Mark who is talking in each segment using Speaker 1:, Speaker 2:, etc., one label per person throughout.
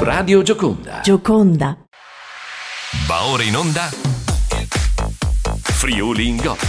Speaker 1: Radio Gioconda.
Speaker 2: Gioconda.
Speaker 1: Va ora in onda Friuli in Gol.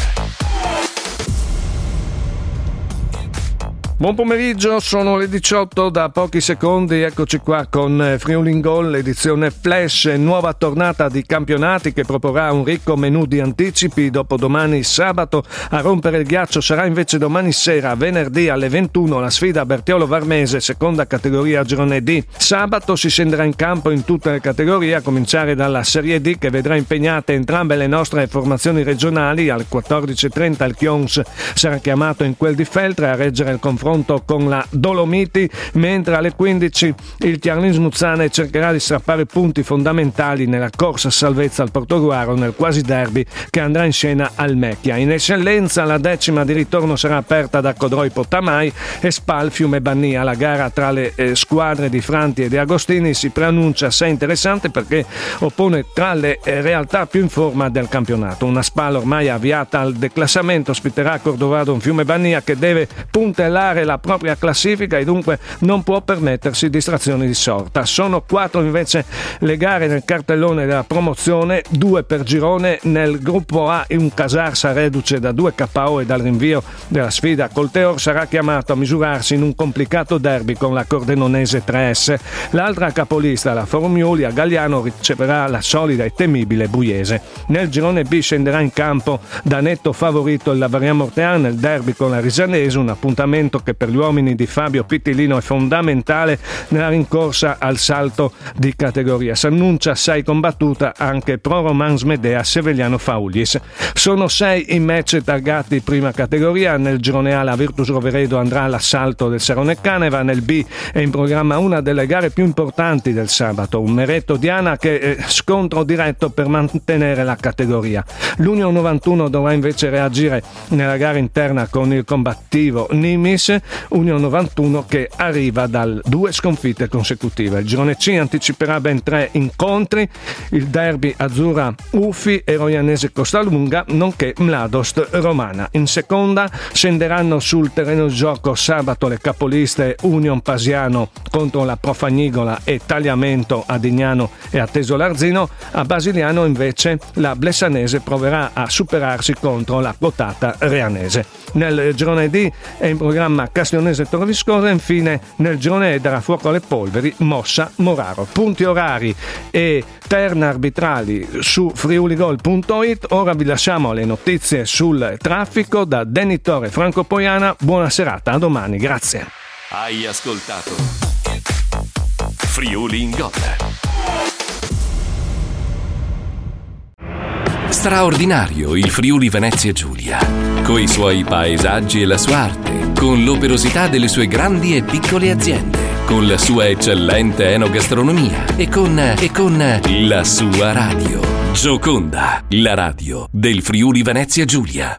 Speaker 3: Buon pomeriggio, sono le 18 da pochi secondi, eccoci qua con Friuli in Gol, edizione flash, nuova tornata di campionati che proporrà un ricco menù di anticipi. Dopodomani sabato a rompere il ghiaccio sarà invece domani sera, venerdì alle 21, la sfida Bertiolo Varmese, seconda categoria girone D. Sabato si scenderà in campo in tutte le categorie, a cominciare dalla Serie D che vedrà impegnate entrambe le nostre formazioni regionali. Alle 14.30 il Chions sarà chiamato in quel di Feltre a reggere il confronto con la Dolomiti, mentre alle 15 il Chiarlins Muzzane cercherà di strappare punti fondamentali nella corsa a salvezza al Portogruaro nel quasi derby che andrà in scena al Mecchia. In eccellenza la decima di ritorno sarà aperta da Codroi Potamai e Spal Fiume Bannia. La gara tra le squadre di Franti e di Agostini si preannuncia assai interessante perché oppone tra le realtà più in forma del campionato. Una Spal ormai avviata al declassamento ospiterà Cordovado un Fiume Bannia che deve puntellare la propria classifica e dunque non può permettersi distrazioni di sorta. Sono 4 invece le gare nel cartellone della promozione, 2 per girone. Nel gruppo A un Casarsa reduce da 2 KO e dal rinvio della sfida col Teor sarà chiamato a misurarsi in un complicato derby con la Cordenonese 3S. L'altra capolista, la Formioli, a Galliano riceverà la solida e temibile Buiese. Nel girone B scenderà in campo da netto favorito il Lavarian Mortean nel derby con la Risanese, un appuntamento che per gli uomini di Fabio Pittilino è fondamentale nella rincorsa al salto di categoria. S'annuncia assai combattuta anche Pro Romans Medea Sevegliano Faulis. Sono 6 i match targati prima categoria. Nel girone A la Virtus Roveredo andrà all'assalto del Serone Caneva. Nel B è in programma una delle gare più importanti del sabato, un Meretto Diana che scontro diretto per mantenere la categoria. L'Union 91 dovrà invece reagire nella gara interna con il combattivo Nimis. Union 91 che arriva dal 2 sconfitte consecutive. Il girone C anticiperà ben 3 incontri, il derby Azzurra Uffi e Roianese Costalunga nonché Mladost Romana. In seconda scenderanno sul terreno di gioco sabato le capoliste Union Pasiano contro la Profagnigola e Tagliamento a Dignano e a Tesolarzino. A Basiliano invece la Blessanese proverà a superarsi contro la quotata Reanese. Nel girone D è in programma Castionese Torviscosa e infine nel girone E darà fuoco alle polveri Mossa Moraro. Punti orari e terne arbitrali su friuligol.it. Ora vi lasciamo alle notizie sul traffico da Denitore Franco Poiana. Buona serata, a domani, grazie.
Speaker 1: Hai ascoltato Friuli in Gol. Straordinario il Friuli Venezia Giulia, coi suoi paesaggi e la sua arte, con l'operosità delle sue grandi e piccole aziende, con la sua eccellente enogastronomia e con la sua radio. Gioconda, la radio del Friuli Venezia Giulia.